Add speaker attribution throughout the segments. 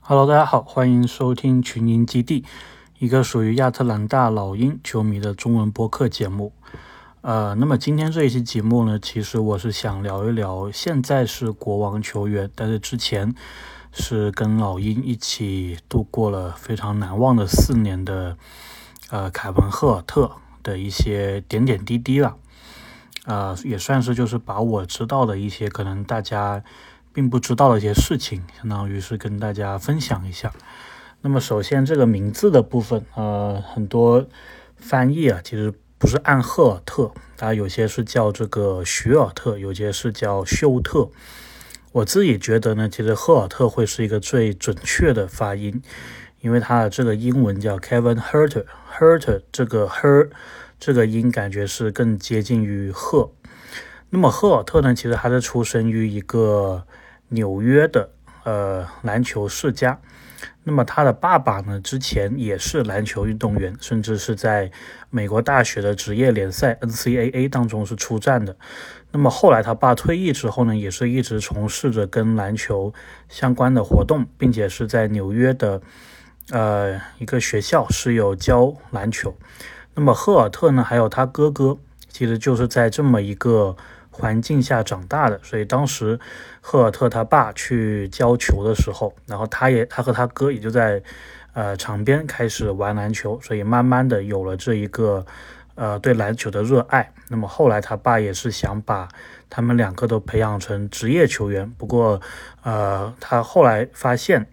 Speaker 1: Hello，大家好，欢迎收听群英基地，一个属于亚特兰大老鹰球迷的中文播客节目。那么今天这一期节目呢，其实我是想聊一聊现在是国王球员，但是之前是跟老鹰一起度过了非常难忘的4年的凯文赫尔特的一些点点滴滴了。也算是就是把我知道的一些可能大家并不知道的一些事情，相当于是跟大家分享一下。那么首先这个名字的部分，很多翻译其实不是按赫尔特，有些是叫这个许尔特，有些是叫休特。我自己觉得呢，其实赫尔特会是一个最准确的发音，因为它的这个英文叫 Kevin Herter， 这个音感觉是更接近于赫。那么赫尔特呢，其实他是出生于一个纽约的篮球世家。那么他的爸爸呢，之前也是篮球运动员，甚至是在美国大学的职业联赛 NCAA 当中是出战的。那么后来他爸退役之后呢，也是一直从事着跟篮球相关的活动，并且是在纽约的一个学校是有教篮球。那么赫尔特呢，还有他哥哥，其实就是在这么一个环境下长大的，所以当时赫尔特他爸去教球的时候，然后他和他哥也就在场边开始玩篮球，所以慢慢的有了这一个对篮球的热爱。那么后来他爸也是想把他们两个都培养成职业球员，不过他后来发现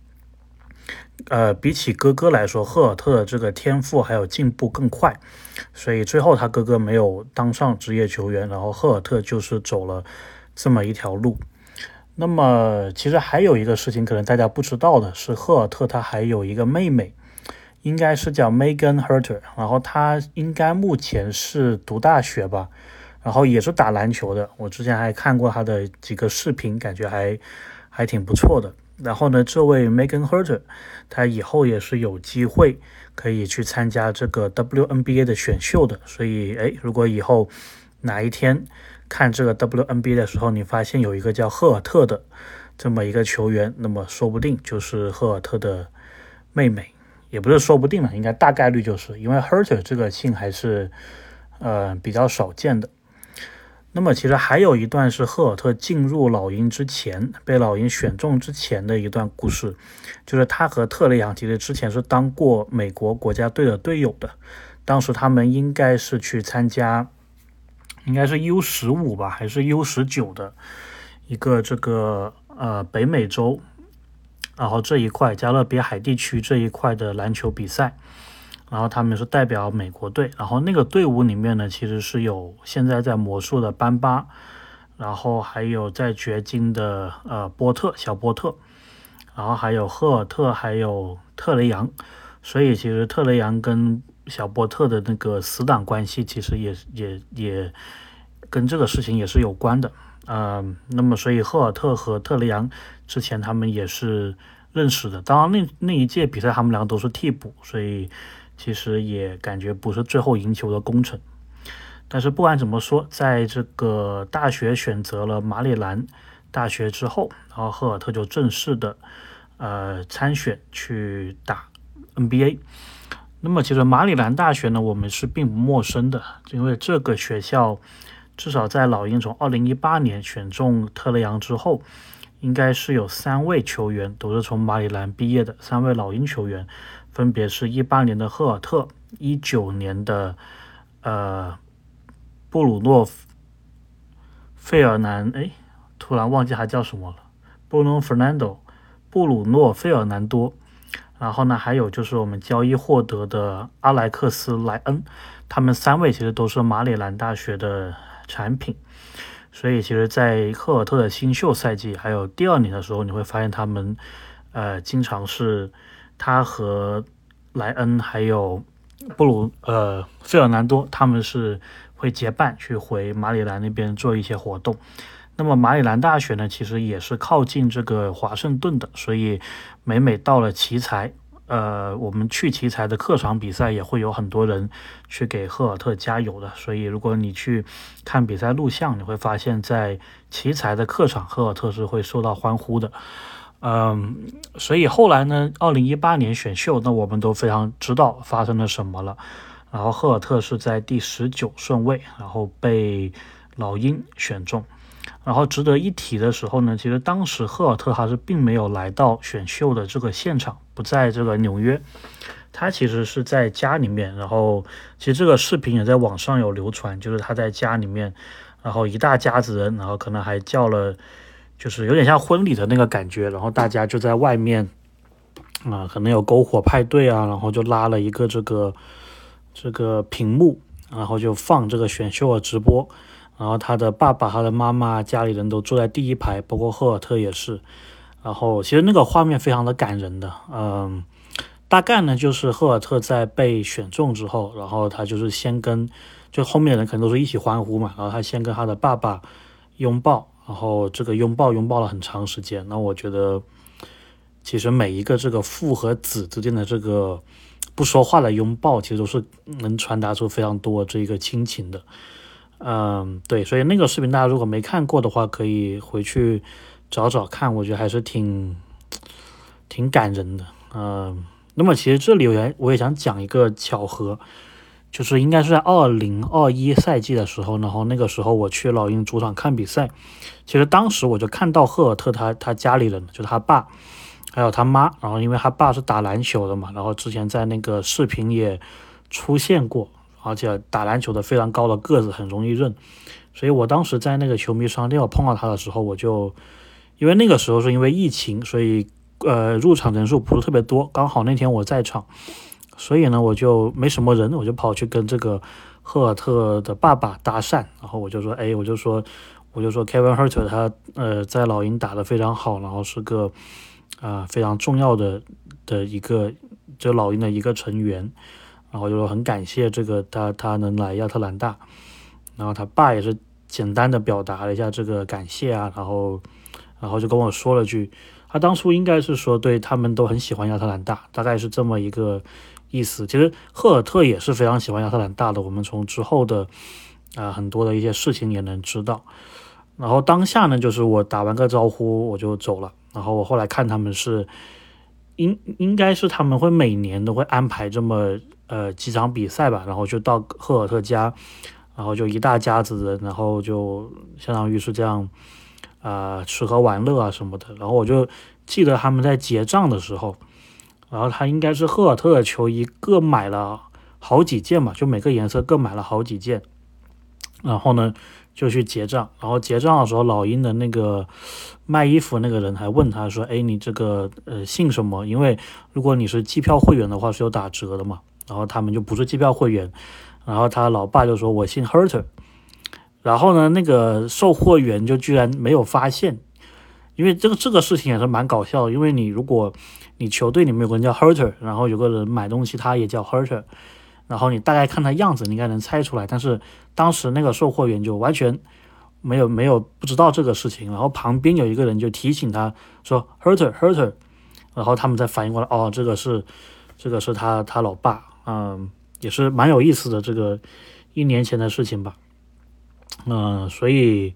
Speaker 1: 比起哥哥来说，赫尔特的这个天赋还有进步更快，所以最后他哥哥没有当上职业球员，然后赫尔特就是走了这么一条路。那么其实还有一个事情可能大家不知道的是，赫尔特他还有一个妹妹，应该是叫 Megan Herter， 然后他应该目前是读大学吧，然后也是打篮球的，我之前还看过他的几个视频，感觉还挺不错的。然后呢，这位 Megan Herter 他以后也是有机会可以去参加这个 WNBA 的选秀的，所以如果以后哪一天看这个 WNBA 的时候，你发现有一个叫赫尔特的这么一个球员，那么说不定就是赫尔特的妹妹，也不是说不定了，应该大概率就是，因为 Herter 这个姓还是比较少见的。那么其实还有一段是赫尔特进入老鹰之前，被老鹰选中之前的一段故事，就是他和特雷杨其实之前是当过美国国家队的队友的。当时他们应该是去参加，应该是 U15 吧，还是 U19 的一个这个北美洲，然后这一块加勒比海地区这一块的篮球比赛。然后他们是代表美国队，然后那个队伍里面呢，其实是有现在在魔术的班巴，然后还有在掘金的小波特，然后还有赫尔特，还有特雷杨，所以其实特雷杨跟小波特的那个死党关系，其实也跟这个事情也是有关的。那么所以赫尔特和特雷杨之前他们也是认识的，当然那一届比赛他们两个都是替补，所以其实也感觉不是最后赢球的功臣。但是不管怎么说，在这个大学选择了马里兰大学之后，然后赫尔特就正式的参选去打 NBA。那么其实马里兰大学呢，我们是并不陌生的，因为这个学校至少在老鹰从2018年选中特雷杨之后，应该是有3位球员都是从马里兰毕业的，3位老鹰球员分别是18年的赫尔特，19年的布鲁诺费尔南，突然忘记他叫什么了，布鲁诺费尔南多。然后呢，还有就是我们交易获得的阿莱克斯莱恩，他们3位其实都是马里兰大学的产品。所以其实在赫尔特的新秀赛季还有第2年的时候，你会发现他们经常是他和莱恩还有费尔南多，他们是会结伴去回马里兰那边做一些活动。那么马里兰大学呢，其实也是靠近这个华盛顿的，所以每到了奇才，我们去奇才的客场比赛也会有很多人去给赫尔特加油的。所以如果你去看比赛录像，你会发现在奇才的客场，赫尔特是会受到欢呼的。 所以后来呢，2018年选秀，那我们都非常知道发生了什么了。然后赫尔特是在第19顺位，然后被老鹰选中。然后值得一提的时候呢，其实当时赫尔特他是并没有来到选秀的这个现场，不在这个纽约，他其实是在家里面。然后其实这个视频也在网上有流传，就是他在家里面，然后一大家子人，然后可能还叫了，就是有点像婚礼的那个感觉，然后大家就在外面可能有篝火派对啊，然后就拉了一个这个屏幕，然后就放这个选秀的直播。然后他的爸爸、他的妈妈、家里人都坐在第一排，包括赫尔特也是。然后其实那个画面非常的感人的，大概呢就是赫尔特在被选中之后，然后他就是先跟就后面的人可能都是一起欢呼嘛，然后他先跟他的爸爸拥抱，然后这个拥抱了很长时间。那我觉得其实每一个这个父和子之间的这个不说话的拥抱，其实都是能传达出非常多这个亲情的。对，所以那个视频大家如果没看过的话，可以回去找找看，我觉得还是挺感人的。那么其实这里我也想讲一个巧合，就是应该是在2021赛季的时候，然后那个时候我去老鹰主场看比赛，其实当时我就看到赫尔特他家里人，就是他爸还有他妈，然后因为他爸是打篮球的嘛，然后之前在那个视频也出现过，而且打篮球的非常高的个子，很容易认，所以我当时在那个球迷商店我碰到他的时候，我就因为那个时候是因为疫情，所以入场人数不是特别多，刚好那天我在场，所以呢我就没什么人，我就跑去跟这个赫尔特的爸爸搭讪，然后我就说Kevin Huerter 他在老鹰打得非常好，然后是个非常重要的一个这老鹰的一个成员，然后就说很感谢这个他能来亚特兰大，然后他爸也是简单的表达了一下这个感谢啊，然后就跟我说了句，他当初应该是说对他们都很喜欢亚特兰大，大概是这么一个意思。其实赫尔特也是非常喜欢亚特兰大的，我们从之后的很多的一些事情也能知道。然后当下呢，就是我打完个招呼我就走了，然后我后来看他们是应该是他们会每年都会安排这么几场比赛吧，然后就到赫尔特家，然后就一大家子人，然后就相当于是这样吃喝玩乐啊什么的。然后我就记得他们在结账的时候，然后他应该是赫尔特的球衣各买了好几件嘛，就每个颜色各买了好几件，然后呢就去结账。然后结账的时候，老鹰的那个卖衣服那个人还问他说：“哎，你这个姓什么？因为如果你是季票会员的话是有打折的嘛。”然后他们就不是季票会员，然后他老爸就说：“我姓 Huerter。”然后呢，那个售货员就居然没有发现，因为这个事情也是蛮搞笑的。因为如果你球队里面有个人叫 Huerter， 然后有个人买东西他也叫 Huerter， 然后你大概看他样子，你应该能猜出来。但是当时那个售货员就完全没有不知道这个事情，然后旁边有一个人就提醒他说 Huerter， 然后他们才反应过来，哦，这个是他老爸，也是蛮有意思的，这个1年前的事情吧。所以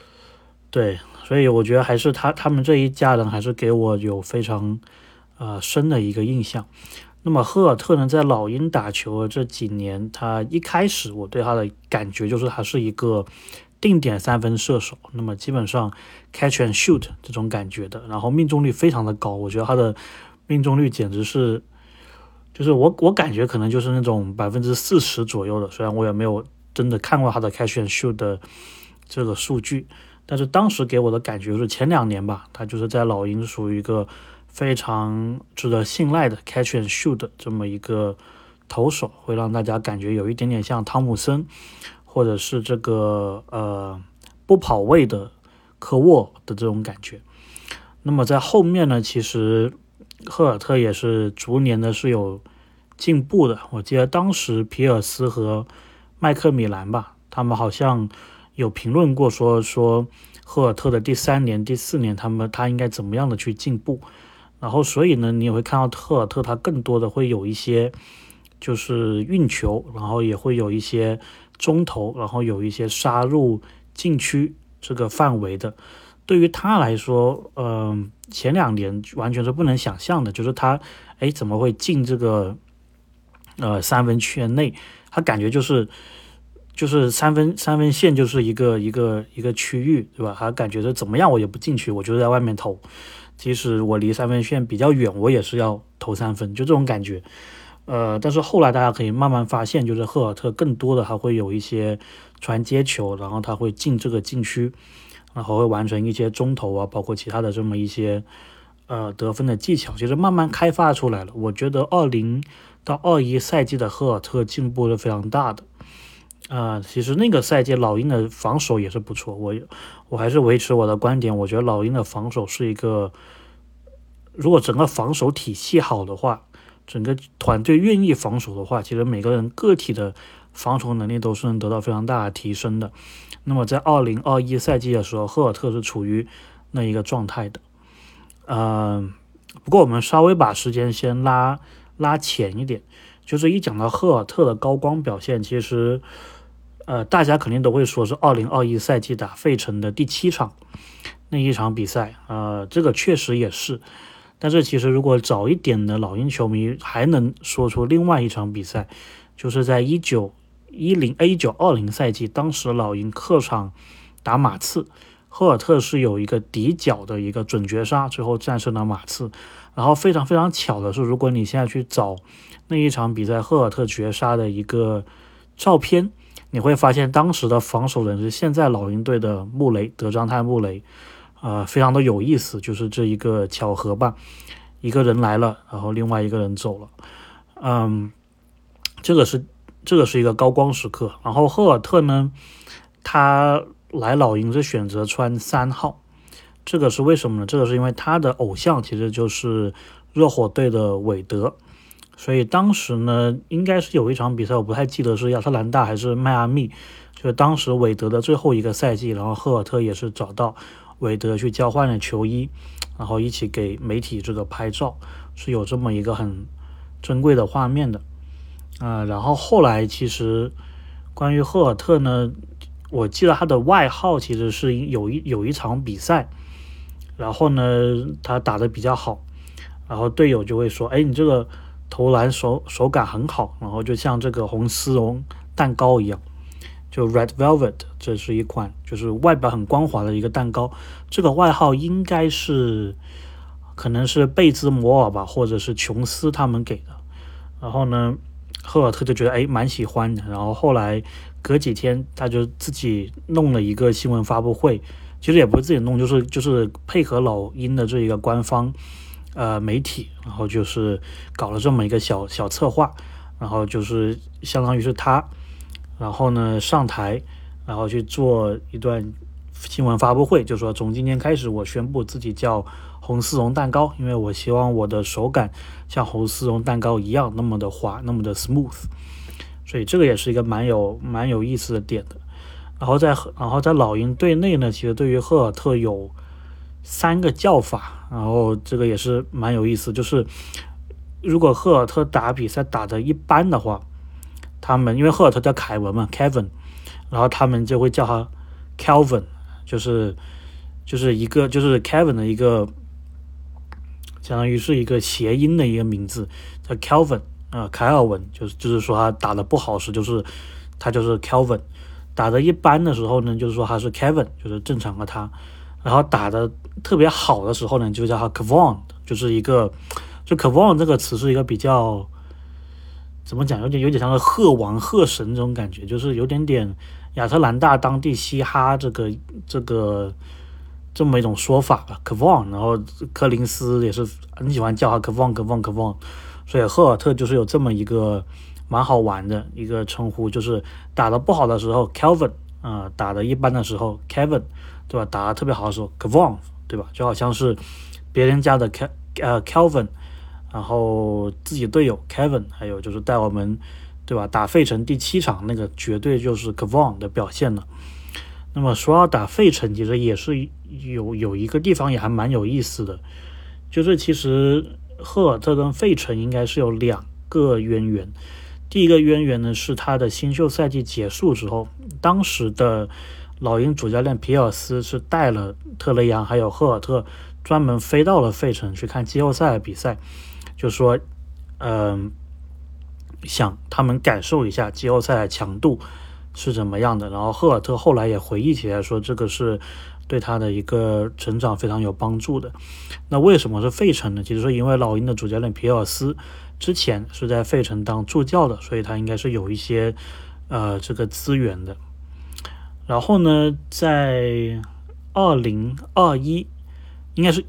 Speaker 1: 我觉得还是他们这一家人还是给我有非常深的一个印象。那么赫尔特呢，在老鹰打球的这几年，他一开始我对他的感觉就是他是一个定点三分射手，那么基本上 catch and shoot 这种感觉的，然后命中率非常的高，我觉得他的命中率简直是，就是我感觉可能就是那种40%左右的，虽然我也没有真的看过他的 catch and shoot 的这个数据，但是当时给我的感觉是前2年吧，他就是在老鹰属于一个非常值得信赖的 catch and shoot 的这么一个投手，会让大家感觉有一点点像汤姆森，或者是这个不跑位的科沃的这种感觉。那么在后面呢，其实赫尔特也是逐年的是有进步的。我记得当时皮尔斯和麦克米兰吧，他们好像有评论过说赫尔特的第3年、第4年他应该怎么样的去进步。然后所以呢，你也会看到赫尔特他更多的会有一些就是运球，然后也会有一些中投，然后有一些杀入禁区这个范围的。 对于他来说，前2年完全是不能想象的，就是他怎么会进这个三分圈内？他感觉就是三分线就是一个区域，对吧？他感觉是怎么样我也不进去，我就在外面投，即使我离三分线比较远，我也是要投3分，就这种感觉。但是后来大家可以慢慢发现，就是赫尔特更多的还会有一些传接球，然后他会进这个禁区，然后会完成一些中投啊，包括其他的这么一些得分的技巧，其实慢慢开发出来了。我觉得20到21赛季的赫尔特进步是非常大的。其实那个赛季老鹰的防守也是不错，我还是维持我的观点，我觉得老鹰的防守是一个，如果整个防守体系好的话，整个团队愿意防守的话，其实每个人个体的防守能力都是能得到非常大的提升的。那么在2021赛季的时候，赫尔特是处于那一个状态的。不过我们稍微把时间先拉前一点，就是一讲到赫尔特的高光表现，其实大家肯定都会说是2021赛季打费城的第7场那一场比赛，这个确实也是。但是其实如果早一点的老鹰球迷还能说出另外一场比赛，就是在1920赛季，当时老鹰客场打马刺，赫尔特是有一个底角的一个准绝杀，最后战胜了马刺。然后非常非常巧的是，如果你现在去找那一场比赛赫尔特绝杀的一个照片，你会发现当时的防守人是现在老鹰队的德章泰穆雷，非常的有意思，就是这一个巧合吧，一个人来了，然后另外一个人走了，这个是一个高光时刻。然后赫尔特呢，他来老鹰是选择穿3号，这个是为什么呢？这个是因为他的偶像其实就是热火队的韦德，所以当时呢，应该是有一场比赛，我不太记得是亚特兰大还是迈阿密，就是当时韦德的最后一个赛季，然后赫尔特也是找到韦德去交换了球衣，然后一起给媒体这个拍照，是有这么一个很珍贵的画面的。然后后来其实关于赫尔特呢，我记得他的外号其实是有一场比赛，然后呢他打得比较好，然后队友就会说，你这个投篮手感很好，然后就像这个红丝绒蛋糕一样，就 Red Velvet， 这是一款就是外表很光滑的一个蛋糕。这个外号应该是可能是贝兹摩尔吧，或者是琼斯他们给的。然后呢赫尔特就觉得蛮喜欢的，然后后来隔几天他就自己弄了一个新闻发布会，其实也不是自己弄，就是配合老鹰的这一个官方媒体，然后就是搞了这么一个小策划，然后就是相当于是他，然后呢上台，然后去做一段新闻发布会，就说从今天开始我宣布自己叫红丝绒蛋糕，因为我希望我的手感像红丝绒蛋糕一样那么的滑，那么的 smooth， 所以这个也是一个蛮有意思的点的。然后在老鹰队内呢，其实对于赫尔特有3个叫法，然后这个也是蛮有意思，就是如果赫尔特打比赛打得一般的话，他们因为赫尔特叫凯文嘛 Kevin， 然后他们就会叫他 Calvin， 就是一个就是 Kevin 的一个相当于是一个谐音的一个名字，叫 Calvin， 凯尔文，就是说他打得不好时他就是 Calvin， 打得一般的时候呢就是说他是 Kevin， 就是正常的他，然后打得特别好的时候呢就叫他 Kevon， 就是一个就 Kevon 这个词是一个比较怎么讲，有点像是鹤王鹤神这种感觉，就是有点亚特兰大当地嘻哈这么一种说法吧 Kevon， 然后柯林斯也是很喜欢叫他 Kevon， 所以赫尔特就是有这么一个蛮好玩的一个称呼，就是打得不好的时候 Calvin， 打得一般的时候 Kevin， 对吧？打得特别好的时候 Kevon， 对吧？就好像是别人家的Calvin， 然后自己队友 Kevin， 还有就是带我们对吧打费城第7场那个绝对就是 Kevon 的表现了。那么说到打费城，其实也是有一个地方也还蛮有意思的，就是其实赫尔特跟费城应该是有2个渊源。第一个渊源呢是他的新秀赛季结束之后，当时的老鹰主教练皮尔斯是带了特雷杨还有赫尔特专门飞到了费城去看季后赛的比赛，就说想他们感受一下季后赛的强度是怎么样的。然后赫尔特后来也回忆起来说，这个是对他的一个成长非常有帮助的。那为什么是费城呢？其实说因为老鹰的主教练皮尔斯之前是在费城当助教的，所以他应该是有一些这个资源的。然后呢，在2021应该是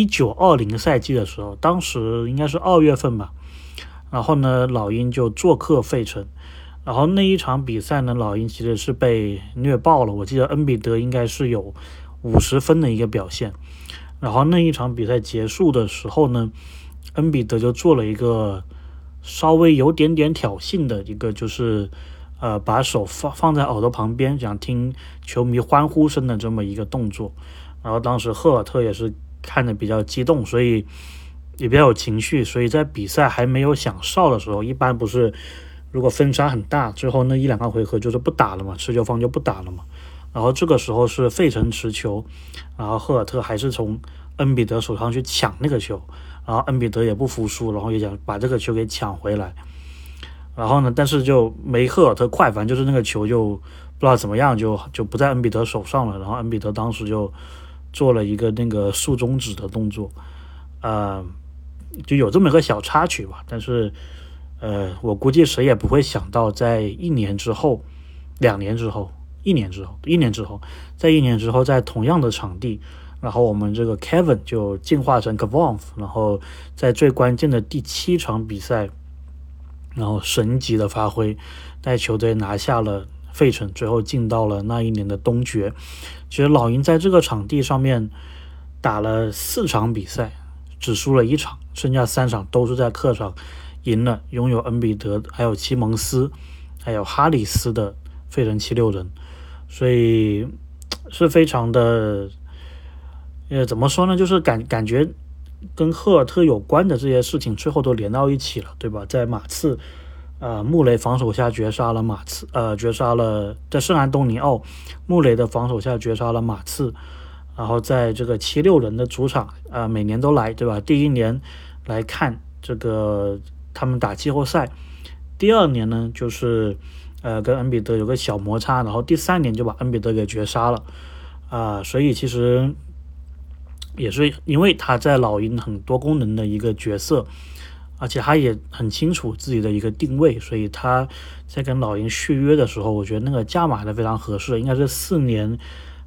Speaker 1: 1920赛季的时候，当时应该是2月份吧。然后呢，老鹰就做客费城，然后那一场比赛呢，老鹰其实是被虐爆了。我记得恩比德应该是有50分的一个表现。然后那一场比赛结束的时候呢，恩比德就做了一个稍微有点挑衅的一个，就是把手放在耳朵旁边，想听球迷欢呼声的这么一个动作。然后当时赫尔特也是看得比较激动，所以也比较有情绪，所以在比赛还没有响哨的时候，一般不是如果分差很大，最后那1-2个回合就是不打了嘛，持球方就不打了嘛。然后这个时候是费城持球，然后赫尔特还是从恩比德手上去抢那个球，然后恩比德也不服输，然后也想把这个球给抢回来。然后呢，但是就没赫尔特快，反正就是那个球就不知道怎么样，就不在恩比德手上了。然后恩比德当时就做了一个那个竖中指的动作，就有这么一个小插曲吧。但是我估计谁也不会想到，在1年之后、2年之后、1年之后，在1年之后，在同样的场地，然后我们这个 Kevin 就进化成 Kevon， 然后在最关键的第7场比赛，然后神级的发挥，带球队拿下了费城，最后进到了那一年的东决。其实老鹰在这个场地上面打了4场比赛，只输了1场，剩下3场都是在客场赢了，拥有恩比德还有西蒙斯还有哈里斯的费城76人。所以是非常的怎么说呢，就是感觉跟赫尔特有关的这些事情最后都连到一起了，对吧？在马刺穆雷防守下绝杀了在圣安东尼奥，穆雷的防守下绝杀了马刺。然后在这个76人的主场每年都来，对吧？第1年来看这个他们打季后赛，第2年呢就是跟恩比德有个小摩擦，然后第3年就把恩比德给绝杀了所以其实也是因为他在老鹰很多功能的一个角色，而且他也很清楚自己的一个定位，所以他在跟老鹰续约的时候，我觉得那个价码还是非常合适，应该是4年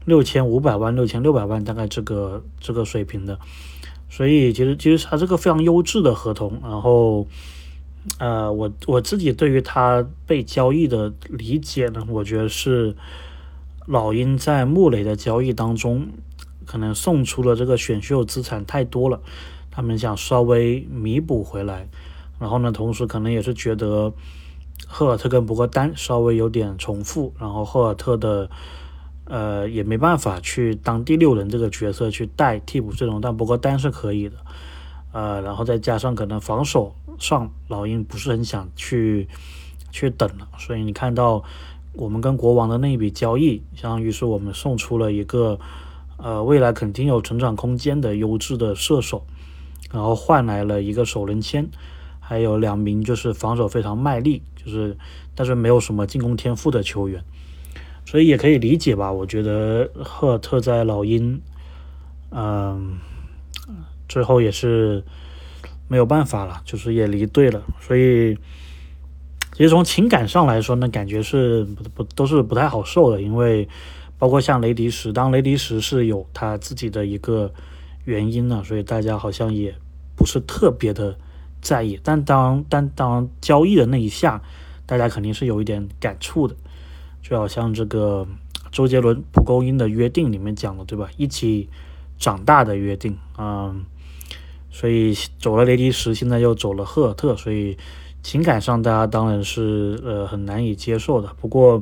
Speaker 1: 6500万、6600万，大概这个水平的。所以其实他这个非常优质的合同。然后我自己对于他被交易的理解呢，我觉得是老鹰在穆雷的交易当中可能送出了这个选秀资产太多了，他们想稍微弥补回来。然后呢，同时可能也是觉得赫尔特跟博格丹稍微有点重复，然后赫尔特的也没办法去当第6人这个角色去带替补阵容，但博格丹是可以的。然后再加上可能防守上老鹰不是很想去等了，所以你看到我们跟国王的那一笔交易，相当于是我们送出了一个未来肯定有成长空间的优质的射手，然后换来了一个首轮签，还有2名就是防守非常卖力，但是没有什么进攻天赋的球员。所以也可以理解吧，我觉得赫尔特在老鹰最后也是没有办法了，就是也离队了。所以其实从情感上来说呢，感觉是都是不太好受的，因为包括像雷迪什，雷迪什是有他自己的一个原因呢，所以大家好像也不是特别的在意。但当交易的那一下，大家肯定是有一点感触的，就好像这个周杰伦蒲公英的约定里面讲的，对吧？一起长大的约定所以走了雷迪什，现在又走了赫尔特，所以情感上大家当然是很难以接受的。不过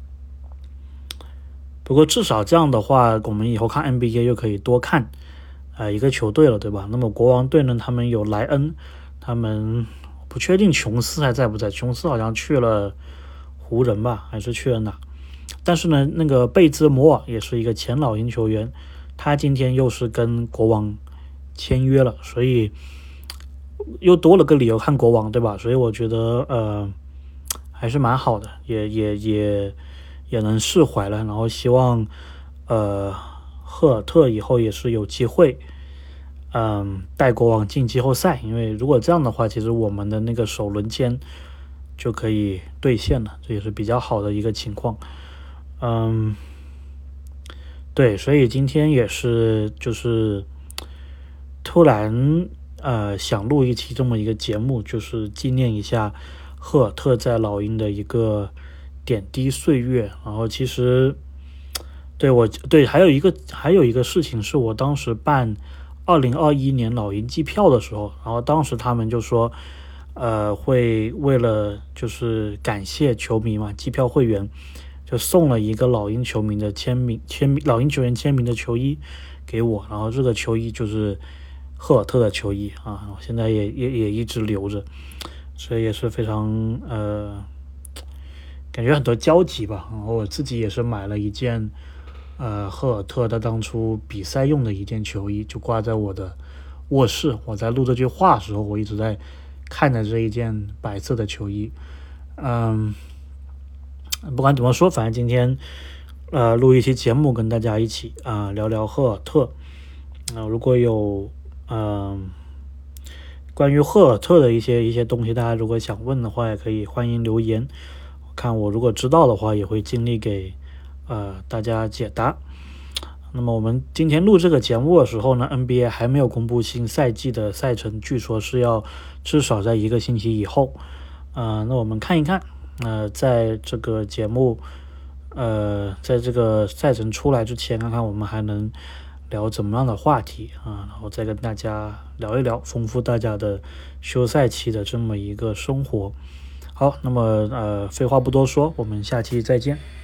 Speaker 1: 至少这样的话，我们以后看 NBA 又可以多看一个球队了，对吧？那么国王队呢，他们有莱恩，他们不确定琼斯还在不在，琼斯好像去了湖人吧，还是去了哪？ 但是呢，那个贝兹摩尔也是一个前老鹰球员，他今天又是跟国王签约了，所以又多了个理由看国王，对吧？所以我觉得还是蛮好的，也能释怀了。然后希望赫尔特以后也是有机会带国王进季后赛，因为如果这样的话，其实我们的那个首轮签就可以兑现了，这也是比较好的一个情况。对，所以今天也是就是突然想录一期这么一个节目，就是纪念一下赫尔特在老鹰的一个点滴岁月。然后其实还有一个事情是我当时办2021年老鹰季票的时候，然后当时他们就说会为了就是感谢球迷嘛，季票会员就送了一个老鹰球迷的老鹰球员签名的球衣给我，然后这个球衣就是赫尔特的球衣啊，我现在也一直留着，所以也是非常感觉很多交集吧。然后我自己也是买了一件赫尔特他当初比赛用的一件球衣，就挂在我的卧室。我在录这句话的时候，我一直在看着这一件白色的球衣。不管怎么说，反正今天录一期节目跟大家一起聊聊赫尔特。如果有关于赫尔特的一些东西，大家如果想问的话，也可以欢迎留言。我看我如果知道的话，也会尽力给大家解答。那么我们今天录这个节目的时候呢 ，NBA 还没有公布新赛季的赛程，据说是要至少在1个星期以后。那我们看一看，在这个节目，在这个赛程出来之前，看看我们还能聊怎么样的话题然后再跟大家聊一聊，丰富大家的休赛期的这么一个生活。好，那么废话不多说，我们下期再见。